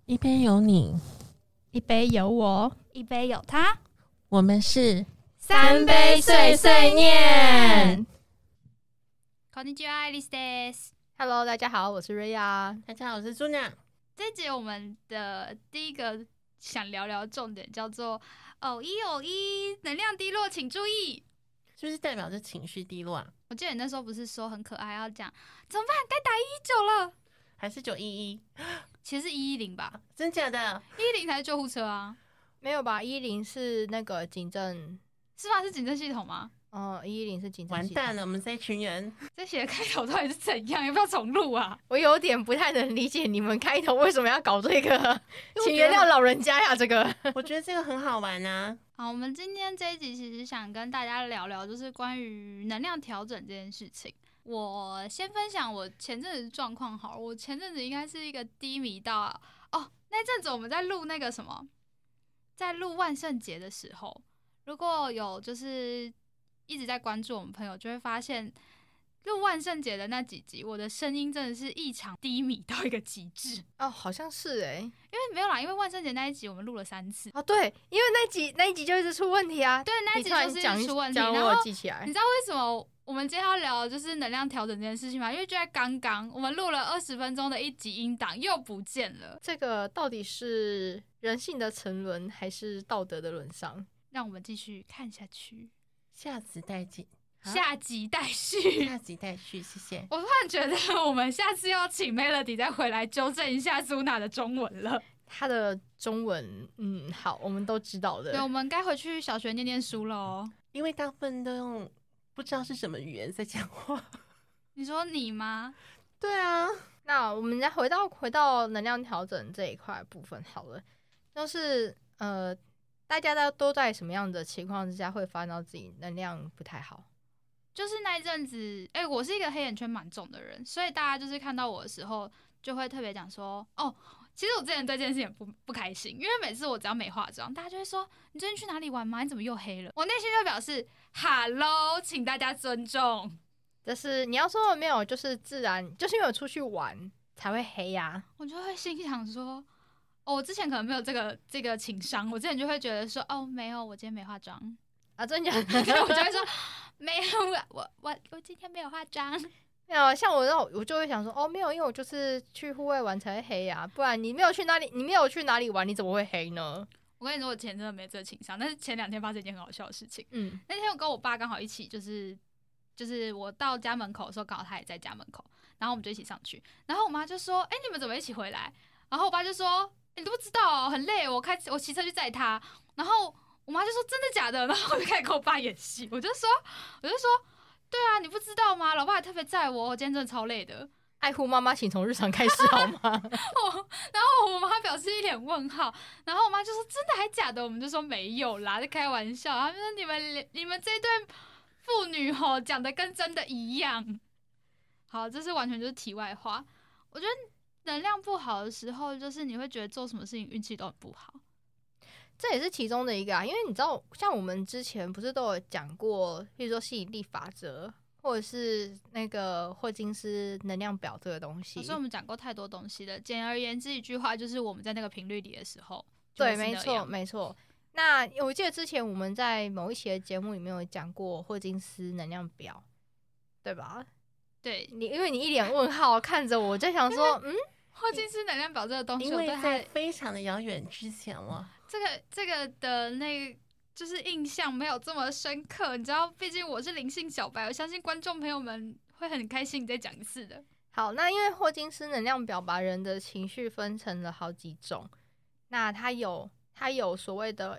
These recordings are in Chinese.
一杯有你， 一杯有我， 一杯有他， 我们是三杯碎碎念。 こんにちは、アイリスです。 Hello， 大家好，我是瑞亚。 大家好，我是朱娘。 这一集我们的第一个想聊聊的重点叫做偶一，能量低落请注意。 是不是代表着情绪低落啊？ 我记得你那时候不是说很可爱，要讲怎么办？该打119了， 还是911？ 其实是110吧？ 真假的 ？110才是救护车啊？ 没有吧？110是那个警政， 是吧？是警政系统吗 ？110是警政系统。 完蛋了，我们这一群人， 这写的开头到底是怎样？要不要重录啊？ 我有点不太能理解你们开头为什么要搞这个，请原谅老人家呀，这个。 我觉得这个很好玩啊。 好，我们今天这一集其实想跟大家聊聊，就是关于能量调整这件事情。我先分享我前阵子的状况好了，我前阵子应该是一个低迷到那阵子我们在录那个什么，在录万圣节的时候，如果有就是一直在关注我们朋友，就会发现录万圣节的那几集，我的声音真的是异常低迷到一个极致。 哦，好像是因为没有啦，因为万圣节那一集我们录了3次。 哦，对，因为那一集就一直出问题啊。 对，那一集就是一直出问题。 然后我记起来， 你知道为什么我们今天要聊的就是能量调整这件事情吗？因为就在刚刚，我们录了20分钟的一集音档又不见了。 这个到底是人性的沉沦，还是道德的沦丧？ 让我们继续看下去， 下集待续， 下集待续， 下集待续，谢谢。 我突然觉得我们下次要请 Melody 再回来纠正一下 Zuna 的中文了。 他的中文，好，我们都知道的。 对，我们该回去小学念念书了哦。 因为大部分都用不知道是什么语言在讲话。 你说你吗？ 对啊。 那我们再回到能量调整这一块部分好了，就是大家都在什么样的情况之下会发现到自己能量不太好？ 就是那一阵子，我是一个黑眼圈蛮重的人，所以大家就是看到我的时候，就会特别讲说，其实我之前对这件事情不开心，因为每次我只要没化妆，大家就会说你最近去哪里玩吗？你怎么又黑了？我内心就表示 Hello， 请大家尊重。 就是你要说的没有，就是自然，就是因为我出去玩才会黑呀。 我就会心想说，我之前可能没有这个情商，我之前就会觉得说，没有，我今天没化妆啊，真的假的？ 我就会说没有，我今天没有化妆。 没有，像我就会想说，没有，因为我就是去户外玩才会黑呀，不然你没有去哪里玩，你怎么会黑呢？ 我跟你说，我前真的没这个情商，但是前2天发生一件很好笑的事情。那天我跟我爸刚好一起，就是我到家门口的时候，刚好他也在家门口，然后我们就一起上去，然后我妈就说：“你们怎么一起回来？”然后我爸就说：“你都不知道很累，我骑车去载他。”然后我妈就说：“真的假的？”然后我就开始跟我爸演戏，我就说，对啊，你不知道吗？老爸还特别载我，我今天真的超累的。 爱护妈妈，请从日常开始好吗？ 然后我妈表示一脸问号，然后我妈就说：“真的还假的？”我们就说没有啦，在开玩笑。他们说你们这对妇女讲的跟真的一样。好，这是完全就是题外话。我觉得能量不好的时候，就是你会觉得做什么事情运气都很不好。 这也是其中的一个啊，因为你知道，像我们之前不是都有讲过，比如说吸引力法则，或者是那个霍金斯能量表这个东西。 所以我们讲过太多东西了。简而言之，一句话就是我们在那个频率里的时候， 对，没错。那我记得之前我们在某一期的节目里面有讲过霍金斯能量表，对吧？ 对， 因为你一脸问号看着我，就想说， 霍金斯能量表这个东西， 因为在非常的遥远之前了。 这个的那个就是印象没有这么深刻，你知道，毕竟我是灵性小白，我相信观众朋友们会很开心你再讲一次的。 好，那因为霍金斯能量表把人的情绪分成了好几种，那它有所谓的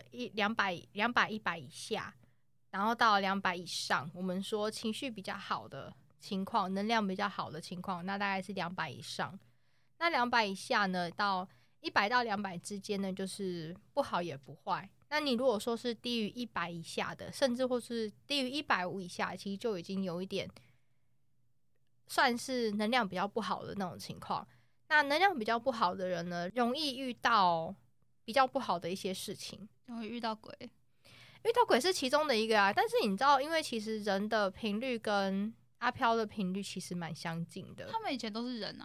200、100以下，然后到200以上。我们说情绪比较好的情况，能量比较好的情况，那大概是200以上。那200以下呢，到100到200之间呢，就是不好也不坏。那你如果说是低于100以下的，甚至或是低于150以下，其实就已经有一点算是能量比较不好的那种情况。那能量比较不好的人呢，容易遇到比较不好的一些事情， 容易遇到鬼。 遇到鬼是其中的一个啊。但是你知道，因为其实人的频率跟阿飘的频率其实蛮相近的。 他们以前都是人啊。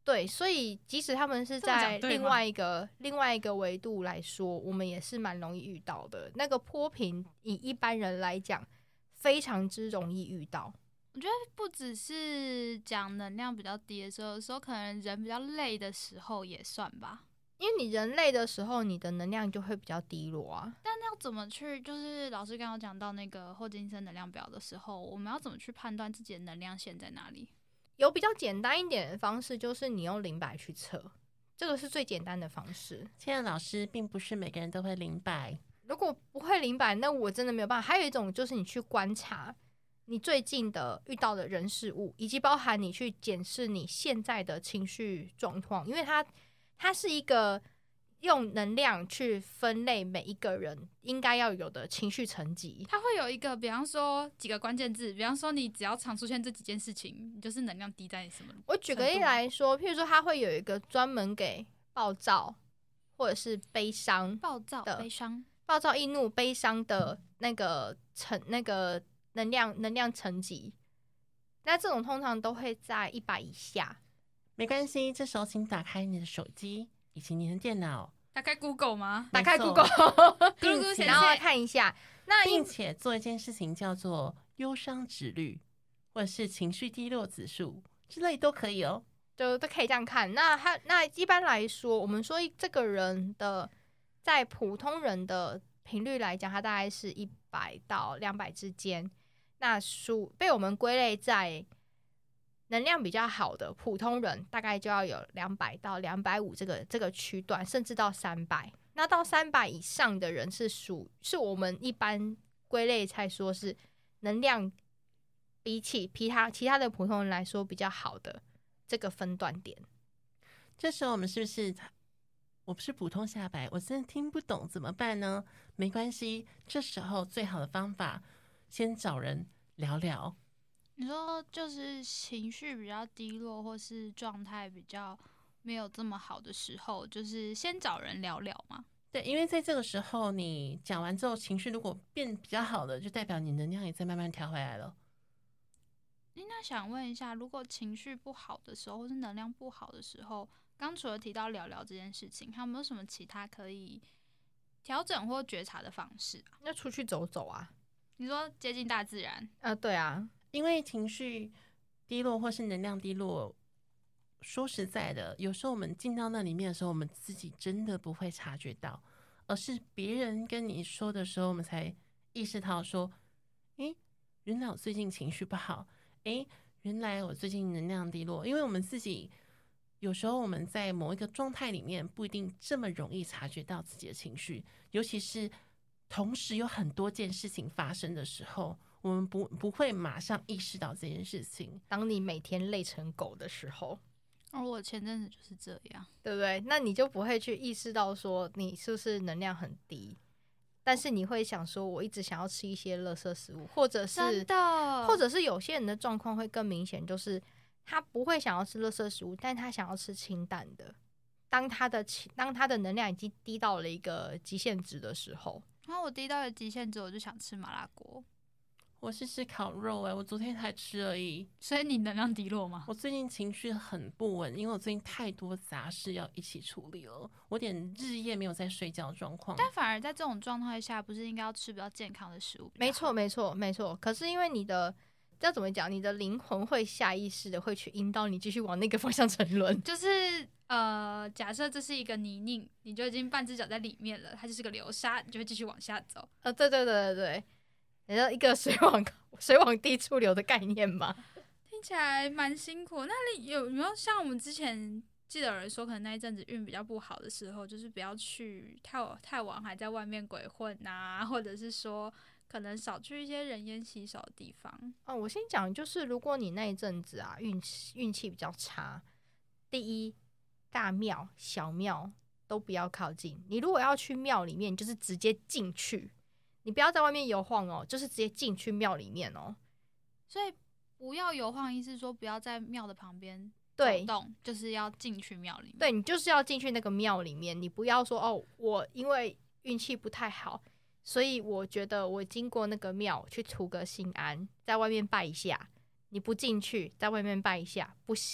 对，所以即使他们是这么在讲对吗另外一个维度来说，我们也是蛮容易遇到的。那个波频以一般人来讲，非常之容易遇到。 我觉得不只是讲能量比较低的时候，有时候可能人比较累的时候也算吧。 因为你人累的时候，你的能量就会比较低落啊。 但要怎么去，就是老师刚刚讲到那个后金生能量表的时候，我们要怎么去判断自己的能量线在哪里？ 有比较简单一点的方式，就是你用灵摆去测，这个是最简单的方式。 亲爱的老师，并不是每个人都会灵摆。 如果不会灵摆，那我真的没有办法。还有一种就是你去观察你最近的遇到的人事物，以及包含你去检视你现在的情绪状况，因为它是一个用能量去分类每一个人应该要有的情绪层级。 它会有一个，比方说几个关键字，比方说你只要常出现这几件事情，你就是能量低在什么程度？ 我举个例来说，譬如说它会有一个专门给暴躁或者是悲伤、 暴躁、悲伤、 暴躁、易怒、悲伤的那个能量层级。那这种通常都会在100以下。 没关系，这时候请打开你的手机以及你的电脑， 打开 Google 吗？ 打开没错 Google， 并 Google 且然后看一下。那并且做一件事情叫做忧伤指率，或者是情绪低落指数之类都可以哦。 就都可以这样看。那一般来说，我们说这个人的在普通人的频率来讲，它大概是100到200之间。那被我们归类在能量比较好的普通人，大概就要有200到250这个区段，甚至到300。那到300以上的人是我们一般归类才说是能量比起其他的普通人来说比较好的这个分段点。 这时候我们是不是我不是普通下白，我真的听不懂怎么办呢？没关系，这时候最好的方法，先找人聊聊。 你说就是情绪比较低落，或是状态比较没有这么好的时候，就是先找人聊聊嘛。 对，因为在这个时候，你讲完之后，情绪如果变比较好了，就代表你能量也在慢慢调回来了。 那想问一下，如果情绪不好的时候，或是能量不好的时候，刚除了提到聊聊这件事情，还有没有什么其他可以调整或觉察的方式啊？ 那出去走走啊。 你说接近大自然？ 对啊。 因为情绪低落或是能量低落，说实在的，有时候我们进到那里面的时候，我们自己真的不会察觉到，而是别人跟你说的时候，我们才意识到说，诶，原来我最近情绪不好，诶，原来我最近能量低落。因为我们自己有时候我们在某一个状态里面，不一定这么容易察觉到自己的情绪，尤其是同时有很多件事情发生的时候，我们不会马上意识到这件事情。 当你每天累成狗的时候， 我前阵子就是这样， 对不对？那你就不会去意识到说你是不是能量很低，但是你会想说，我一直想要吃一些垃圾食物，或者真的， 或者是有些人的状况会更明显，就是他不会想要吃垃圾食物，但他想要吃清淡的。当他的能量已经低到了一个极限值的时候， 然后我低到了极限值，我就想吃麻辣锅。 我是吃烤肉我昨天才吃而已。 所以你能量低落吗？ 我最近情绪很不稳，因为我最近太多杂事要一起处理了，我有点日夜没有在睡觉的状况。 但反而在这种状态下，不是应该要吃比较健康的食物？ 没错，没错，没错。可是因为你的要怎么讲，你的灵魂会下意识的会去引导你继续往那个方向沉沦。 就是假设这是一个泥泞，你就已经半只脚在里面了，它就是个流沙，你就会继续往下走。 对对对对对，你知道一个水往低处流的概念吗？ 听起来蛮辛苦。那你有没有像我们之前记得有人说，可能那一阵子运比较不好的时候，就是不要去太晚还在外面鬼混啊，或者是说可能少去一些人烟稀少的地方。 我先讲，就是如果你那一阵子啊运气比较差，第一，大庙小庙都不要靠近。你如果要去庙里面，你就是直接进去，你不要在外面游晃哦，就是直接进去庙里面哦。 所以不要游晃，意思说不要在庙的旁边走动，就是要进去庙里面。 对，你就是要进去那个庙里面，你不要说我因为运气不太好，所以我觉得我经过那个庙去图个心安，在外面拜一下。你不进去，在外面拜一下不行，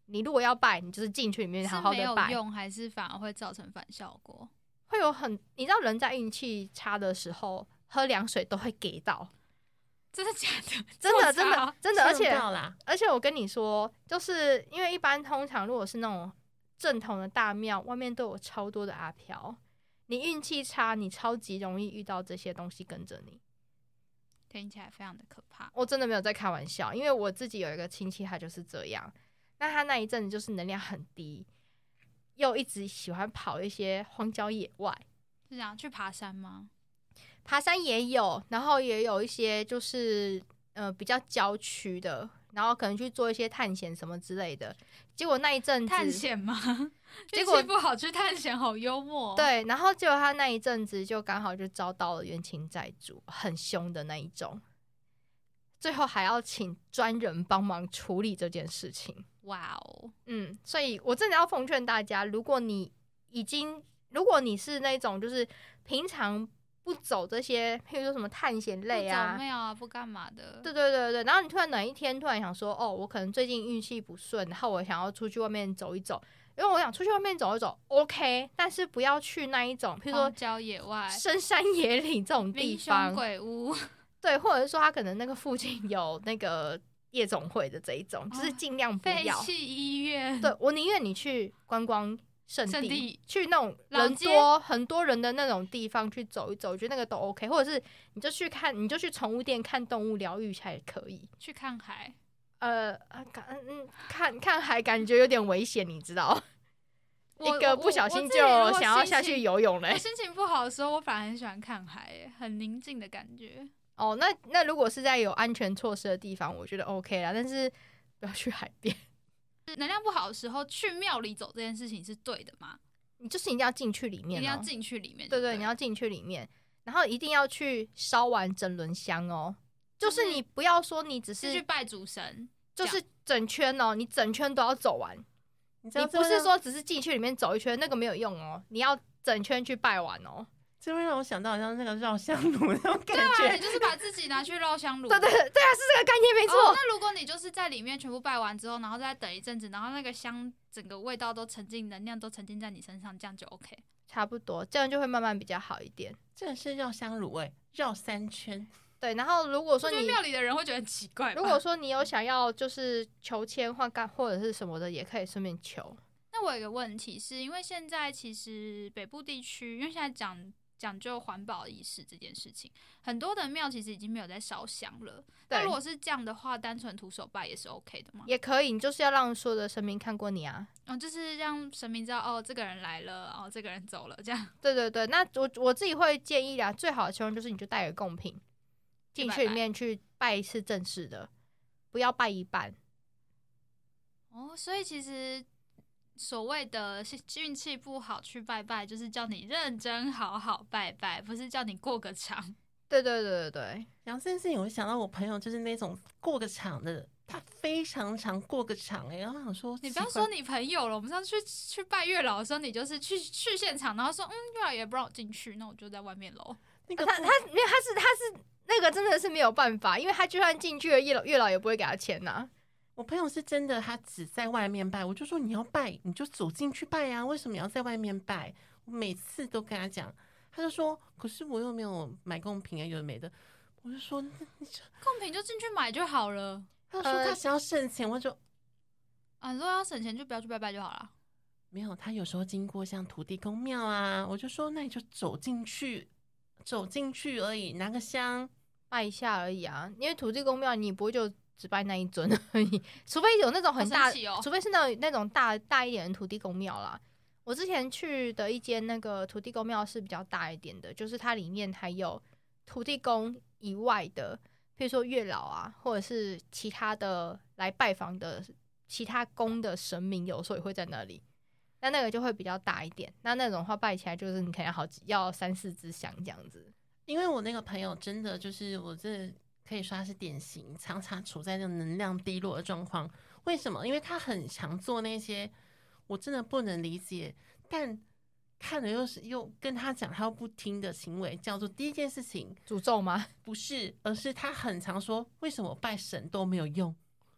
你如果要拜，你就是进去里面好好是没有的拜。 用，还是反而会造成反效果？ 会有你知道人在运气差的时候喝凉水都会给到， 真的假的？ 真的这么差真的，而且我跟你说，就是因为一般通常如果是那种正统的大庙，外面都有超多的阿飘，你运气差，你超级容易遇到这些东西跟着你。 听起来非常的可怕。 我真的没有在开玩笑，因为我自己有一个亲戚，他就是这样。那他那一阵子就是能量很低，又一直喜欢跑一些荒郊野外， 是这样去爬山吗？ 爬山也有，然后也有一些就是比较郊区的，然后可能去做一些探险什么之类的。结果那一阵子探险吗？ 结果运气不好去探险，好幽默。， 对，然后结果他那一阵子就刚好就遭到了冤亲债主，很凶的那一种，最后还要请专人帮忙处理这件事情。 哇哦， 所以我真的要奉劝大家，如果你是那种就是平常不走这些，譬如说什么探险类不啊走，庙啊，不干嘛的。 对对对对，然后你突然哪一天突然想说，哦，我可能最近运气不顺，然后我想要出去外面走一走，因为我想出去外面走一走 ，OK， 但是不要去那一种，譬如说荒郊野外、 深山野岭这种地民凶方， 鬼屋， 对，或者是说他可能那个附近有那个夜总会的这一种，就是尽量不要。 废弃医院。 对，我宁愿你去观光圣地， 圣地去那种人老街多很多人的那种地方去走一走，我觉得那个都 OK。或者是你就去宠物店看动物疗愈一下也可以。 去看海， 看海感觉有点危险，你知道？一个不小心就想要下去游泳了我心情不好的时候，我反而很喜欢看海耶，很宁静的感觉。 哦，那如果是在有安全措施的地方，我觉得 OK 啦，但是不要去海边。 能量不好的时候，去庙里走这件事情是对的吗？ 你就是一定要进去里面、 一定要进去里面对对， 就对， 你要进去里面，然后一定要去烧完整轮香哦。就是你不要说你只是是去拜主神， 就是整圈哦，你整圈都要走完。 你知道你不是说只是进去里面走一圈，那个没有用哦，你要整圈去拜完哦。 这会让我想到好像那个绕香炉那种感对啊， 觉你。就是把自己拿去绕香炉。 对对对啊，是这个概念没错。 那如果你就是在里面全部拜完之后，然后再等一阵子，然后那个香整个味道都沉浸，能量都沉浸在你身上，这样就 OK。 差不多，这样就会慢慢比较好一点。 这个是绕香炉绕3圈。 对，然后如果说我觉得你庙里的人会觉得很奇怪吧。 如果说你有想要就是求签或者是什么的，也可以顺便求。 那我有一个问题是，因为现在其实北部地区，因为现在讲究环保意识这件事情，很多的庙其实已经没有在烧香了。那对如果是这样的话，单纯徒手拜也是 OK 的吗？ 也可以，你就是要让所有的神明看过你啊。 就是让神明知道哦，这个人来了，哦，这个人走了，这样。 对对对，那我自己会建议啦，最好的情况就是你就带个贡品进去里面去拜一次正式的，不要拜一半。 哦，所以其实所谓的运气不好去拜拜，就是叫你认真好好拜拜，不是叫你过个场。 对对对对对， 讲这件事情，我想到我朋友就是那种过个场的，他非常常过个场然后我想说， 你不要说你朋友了，我们上次去拜月老的时候，你就是去现场，然后说月老也不让我进去，那我就在外面喽。 那个他没有，他是那个真的是没有办法，因为他就算进去了，月老也不会给他签呐。 我朋友是真的，他只在外面拜，我就说你要拜你就走进去拜啊，为什么要在外面拜？我每次都跟他讲，他就说可是我又没有买贡品有的没的，我就说贡品就进去买就好了。 他说他想要省钱，我就如果要省钱就不要去拜拜就好了。 没有，他有时候经过像土地公庙啊，我就说那你就走进去而已，拿个香拜一下而已啊，因为土地公庙你不会就只拜那一尊而已，除非有那种很大， 好神奇哦除非是那种大一点的土地公庙啦。我之前去的一间那个土地公庙是比较大一点的，就是它里面还有土地公以外的，譬如说月老啊，或者是其他的来拜访的其他宫的神明，有时候也会在那里。那个就会比较大一点，那种的话拜起来就是你可能要3-4支香这样子。 因为我那个朋友真的就是我这可以说他是典型，常常处在那种能量低落的状况。为什么？因为他很常做那些我真的不能理解，但看了又跟他讲他又不听的行为，叫做第一件事情诅咒吗？ 不是，而是他很常说为什么拜神都没有用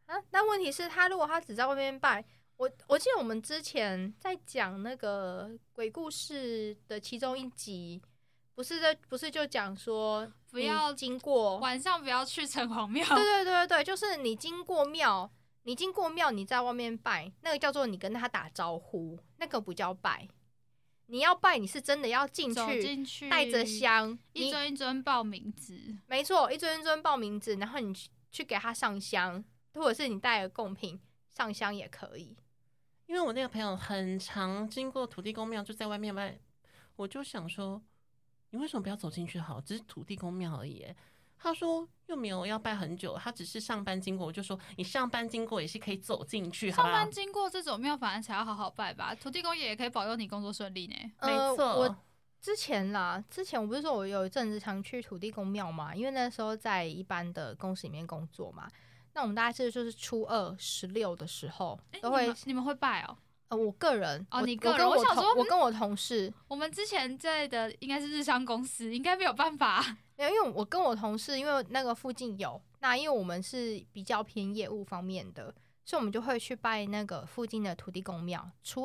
啊，那问题是他如果他只在外面拜，我记得我们之前在讲那个鬼故事的其中一集，不是就讲说不要经过晚上不要去城隍庙。 对，就是你经过庙，你在外面拜，那个叫做你跟他打招呼，那个不叫拜。你要拜，你是真的要进去，带着香， 一尊一尊报名字， 没错，一尊一尊报名字，然后你去给他上香，或者是你带个贡品上香也可以。 因为我那个朋友很常经过土地公庙，就在外面拜，我就想说，你为什么不要走进去好？只是土地公庙而已。他说又没有要拜很久，他只是上班经过。我就说你上班经过也是可以走进去，好不好？ 上班经过这种庙，反而才要好好拜吧。土地公爷也可以保佑你工作顺利呢。 没错， 我之前我不是说我有一阵子常去土地公庙嘛，因为那时候在一般的公司里面工作嘛。那我们大概就是初2、16的时候都会， 你们会拜哦？ 我个人你个人， 我想说我跟我同事， 我们之前在的应该是日商公司，应该没有办法。 因为我跟我同事，因为那个附近有，那因为我们是比较偏业务方面的，所以我们就会去拜那个附近的土地公庙。初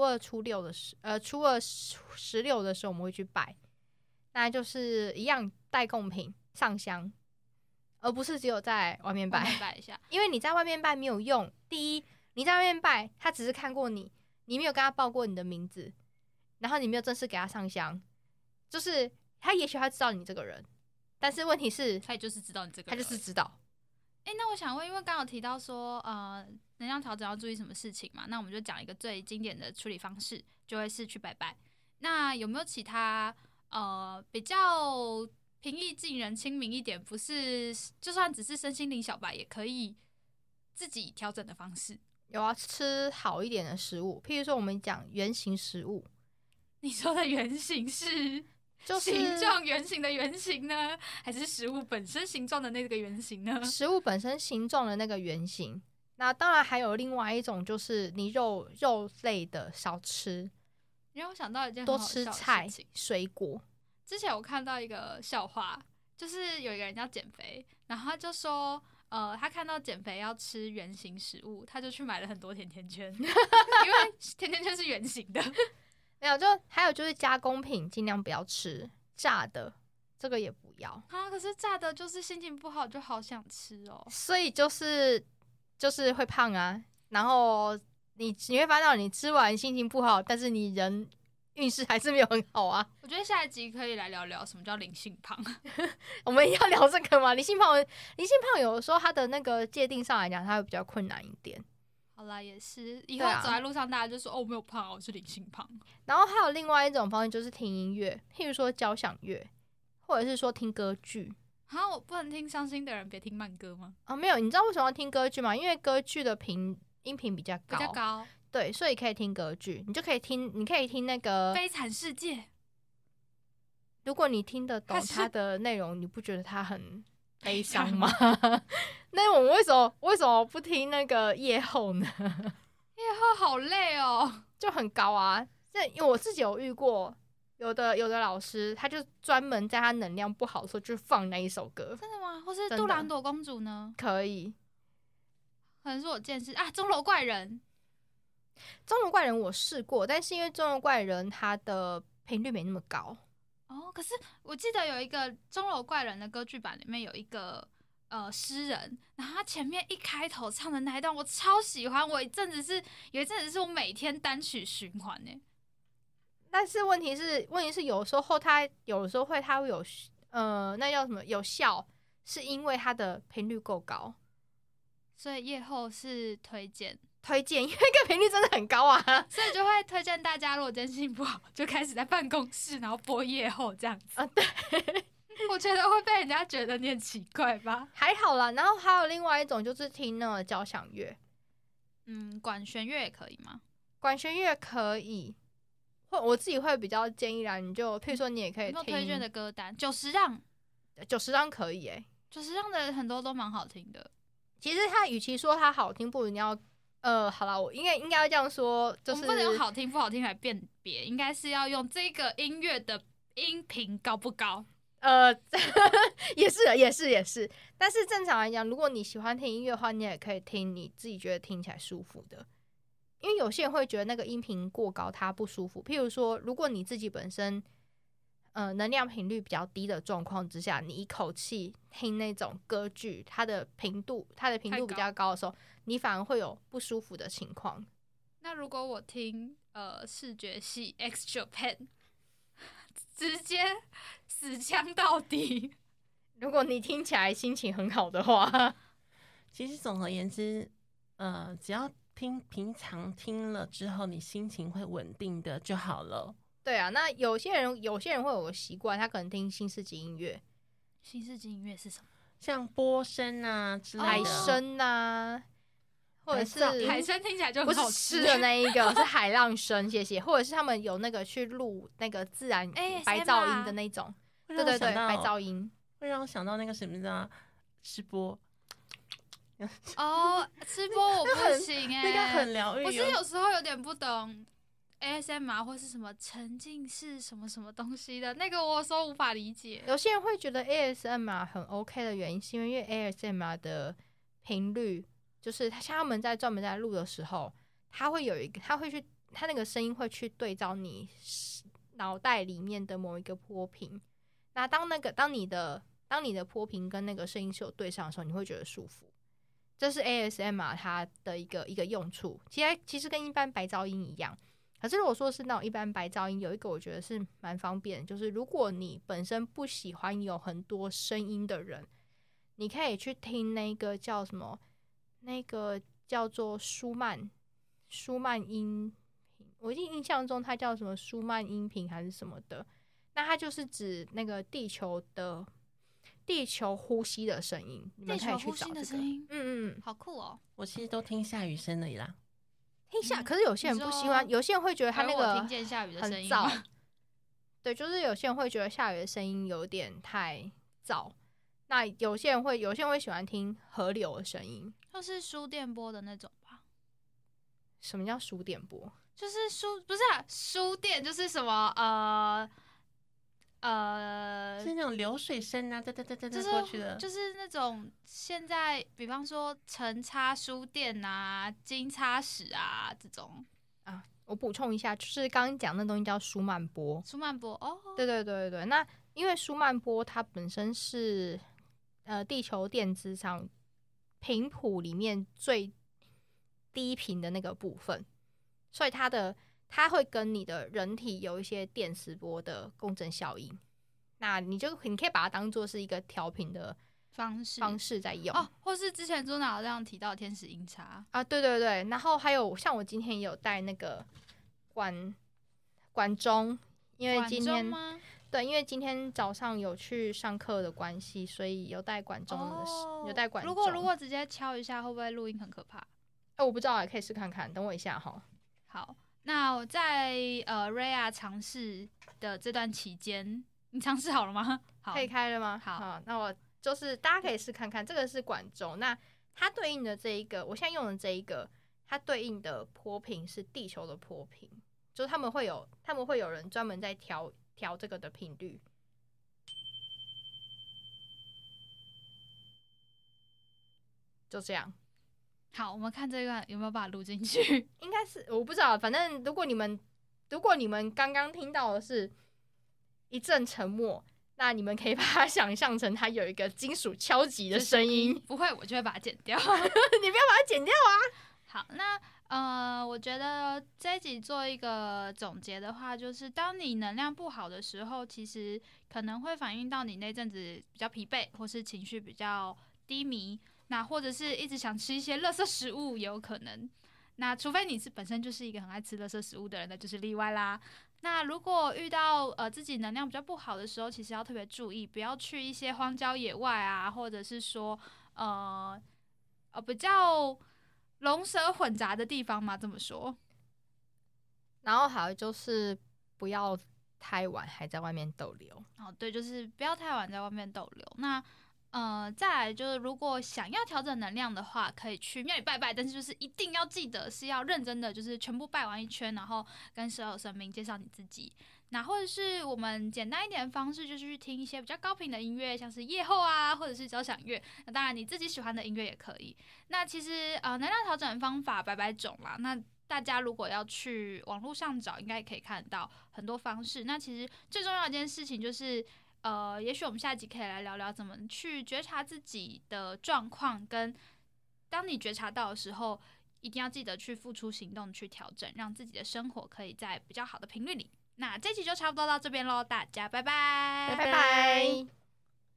2、16的时候我们会去拜，那就是一样带贡品上香。而不是只有在外面拜一下， 因为你在外面拜没有用。第一，你在外面拜，他只是看过你，你没有跟他报过你的名字，然后你没有正式给他上香，就是他也许他知道你这个人，但是问题是， 他也就是知道你这个人， 他就是知道。 那我想问，因为刚刚有提到说，能量调整要注意什么事情嘛？那我们就讲一个最经典的处理方式，就会是去拜拜。那有没有其他比较平易近人、亲民一点，不是就算只是身心灵小白也可以自己调整的方式？ 有啊，吃好一点的食物，譬如说我们讲原型食物。 你说的原型是就是形状圆形的圆形呢，还是食物本身形状的那个圆形呢？ 食物本身形状的那个圆形。那当然还有另外一种，就是你肉类的少吃， 让我想到一件多吃菜、水果。 之前我看到一个笑话，就是有一个人要减肥，然后他就说，他看到减肥要吃圆形食物，他就去买了很多甜甜圈，因为甜甜圈是圆形的。 没有，就还有就是加工品尽量不要吃，炸的这个也不要啊。可是炸的就是心情不好就好想吃哦， 所以就是会胖啊。然后你会发现你吃完心情不好，但是你人运势还是没有很好啊。 我觉得下一集可以来聊聊什么叫灵性胖。 我们要聊这个吗？灵性胖有的时候它的那个界定上来讲，它会比较困难一点。 好啦，也是，以后走在路上大家就说，我没有胖，我是灵性胖。 然后还有另外一种方式就是听音乐，譬如说交响乐，或者是说听歌剧。 我不能听伤心的人别听慢歌吗？ 没有，你知道为什么要听歌剧吗？因为歌剧的音频比较高，对，所以可以听歌剧，你可以听那个悲惨世界。 如果你听得懂它的内容，你不觉得它很悲伤吗？那我们为什么不听那个夜后呢？ 夜后好累哦， 就很高啊。因为我自己有遇过，有的老师他就专门在他能量不好的时候就放那一首歌。 真的吗？或是杜兰朵公主呢？ 可以， 可能是我见识啊。钟楼怪人我试过，但是因为钟楼怪人它的频率没那么高。 可是我记得有一个钟楼怪人的歌剧版里面有一个诗人，然后他前面一开头唱的那一段我超喜欢，有一阵子是我每天单曲循环耶。 但是问题是有时候他会有那叫什么有效，是因为它的频率够高， 所以夜后是推荐， 因为这个频率真的很高啊， 所以就会推荐大家，如果今天心情不好，就开始在办公室然后播夜后这样子啊。对， 我觉得会被人家觉得你很奇怪吧？ 还好啦。然后还有另外一种就是听那个交响乐， 管弦乐也可以吗？ 管弦乐可以。我自己会比较建议啦，你就譬如说你也可以听。 有没有推荐的歌单 ？90让可以 90让的很多都蛮好听的。 其实它与其说它好听，不如你要好啦，我应该要这样说，就是我们不能用好听不好听来辨别，应该是要用这个音乐的音频高不高。 也是。但是正常来讲，如果你喜欢听音乐的话，你也可以听你自己觉得听起来舒服的。因为有些人会觉得那个音频过高，它不舒服。譬如说，如果你自己本身能量频率比较低的状况之下，你一口气听那种歌剧，它的频度比较高的时候，你反而会有不舒服的情况。 那如果我听视觉系 X Japan， 直接死腔到底。 如果你听起来心情很好的话， 其实总而言之，只要平常听了之后，你心情会稳定的就好了。 对啊，那有些人会有个习惯，他可能听新世纪音乐。 新世纪音乐是什么？ 像波声啊之类的， 海参啊，或者是海参听起来就不很好是吃的那一个，是海浪声，谢谢。或者是他们有那个去录那个自然白噪音的那种，对，白噪音会让我想到那个什么的吃播。 吃播我不行那个很疗愈。 我是有时候有点不懂 ASMR 或是什么沉浸式什么什么东西的那个，我有时候无法理解。 有些人会觉得 ASMR 很 OK 的原因，是因为 ASMR 的频率，就是像他们专门在录的时候，他那个声音会去对照你脑袋里面的某一个波频。那当你的波频跟那个声音是有对上的时候，你会觉得舒服。这是 ASMR 它的一个用处，其实跟一般白噪音一样。可是如果说是那种一般白噪音，有一个我觉得是蛮方便的，就是如果你本身不喜欢有很多声音的人，你可以去听那个叫什么，那个叫做舒曼音频，我印象中它叫什么舒曼音频还是什么的。那它就是指那个地球呼吸的声音，你们可以去找这个。 好酷哦！ 我其实都听下雨声的啦。 可是有些人不喜欢，有些人会觉得他那个听见下雨的声音很燥。对，就是有些人会觉得下雨的声音有点太燥。那有些人会喜欢听河流的声音， 就是输电波的那种吧？ 什么叫输电波？ 就是不是输电，就是什么是那种流水声啊， 就是过去的， 就是那种现在，比方说辰叉输电啊、金叉石啊这种啊。我补充一下，就是刚刚讲那东西叫舒曼波。 舒曼波哦， 对。那因为舒曼波它本身是地球电子上频谱里面最低频的那个部分，所以它会跟你的人体有一些电磁波的共振效应。那你可以把它当做是一个调频的方式在用或是之前朱脑这样提到天使音叉啊，对。然后还有像我今天也有带那个管钟，因为今天因为今天早上有去上课的关系，所以有带管钟有带管钟。 如果直接敲一下，会不会录音很可怕？ 我不知道，可以试看看，等我一下哈。 好，那我在Rhea 尝试的这段期间，你尝试好了吗？好， 可以开了吗？ 好， 那我就是大家可以试看看，这个是管钟，那它对应的这一个，我现在用的这一个，它对应的波频是地球的波频，就是他们会有人专门在调这个的频率。就这样。 好，我们看这个有没有把它录进去？ 应该是，我不知道，反正如果你们刚刚听到的是一阵沉默，那你们可以把它想象成它有一个金属敲击的声音。 不会，我就会把它剪掉。 你不要把它剪掉啊！ 好，那我觉得这一集做一个总结的话，就是当你能量不好的时候，其实可能会反映到你那阵子比较疲惫，或是情绪比较低迷。那或者是一直想吃一些垃圾食物也有可能，那除非你是本身就是一个很爱吃垃圾食物的人，那就是例外啦。那如果遇到自己能量比较不好的时候，其实要特别注意，不要去一些荒郊野外啊，或者是说比较龙蛇混杂的地方嘛，这么说。 然后还有就是不要太晚还在外面逗留。 对，就是不要太晚在外面逗留。那再来就是如果想要调整能量的话，可以去庙里拜拜，但是就是一定要记得是要认真的，就是全部拜完一圈，然后跟所有神明介绍你自己。那或者是我们简单一点的方式，就是去听一些比较高频的音乐，像是夜后啊，或者是交响乐。那当然你自己喜欢的音乐也可以。那其实能量调整方法百百种啦。那大家如果要去网络上找，应该也可以看得到很多方式。那其实最重要的一件事情就是，也许我们下一集可以来聊聊怎么去觉察自己的状况，跟当你觉察到的时候，一定要记得去付出行动去调整，让自己的生活可以在比较好的频率里。那这期就差不多到这边咯，大家拜拜， 拜拜。